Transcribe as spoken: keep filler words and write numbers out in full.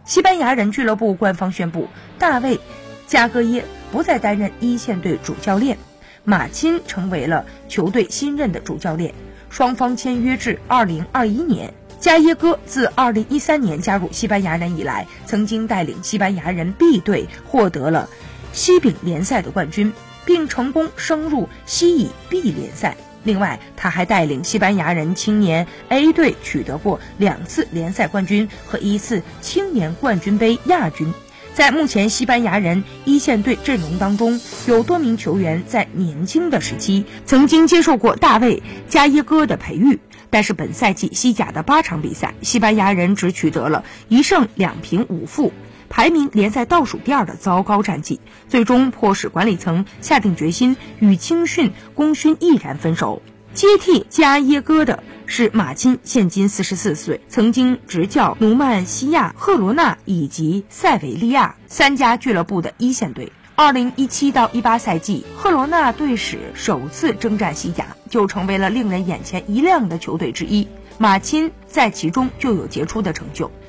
西班牙人俱乐部官方宣布，大卫·加戈耶不再担任一线队主教练，马钦成为了球队新任的主教练，双方签约至二零二一年。加耶戈自二零一三年加入西班牙人以来，曾经带领西班牙人 B 队获得了西丙联赛的冠军，并成功升入西乙 B 联赛。另外，他还带领西班牙人青年 A 队取得过两次联赛冠军和一次青年冠军杯亚军。在目前西班牙人一线队阵容当中，有多名球员在年轻的时期曾经接受过大卫·加耶戈的培育，但是本赛季西甲的八场比赛，西班牙人只取得了一胜两平五负，排名联赛倒数第二的糟糕战绩，最终迫使管理层下定决心与青训功勋毅然分手。接替加耶戈的是马钦，现今四十四岁，曾经执教努曼西亚、赫罗纳以及塞维利亚三家俱乐部的一线队。二零一七到一八赛季，赫罗纳队史首次征战西甲，就成为了令人眼前一亮的球队之一。马钦在其中就有杰出的成就。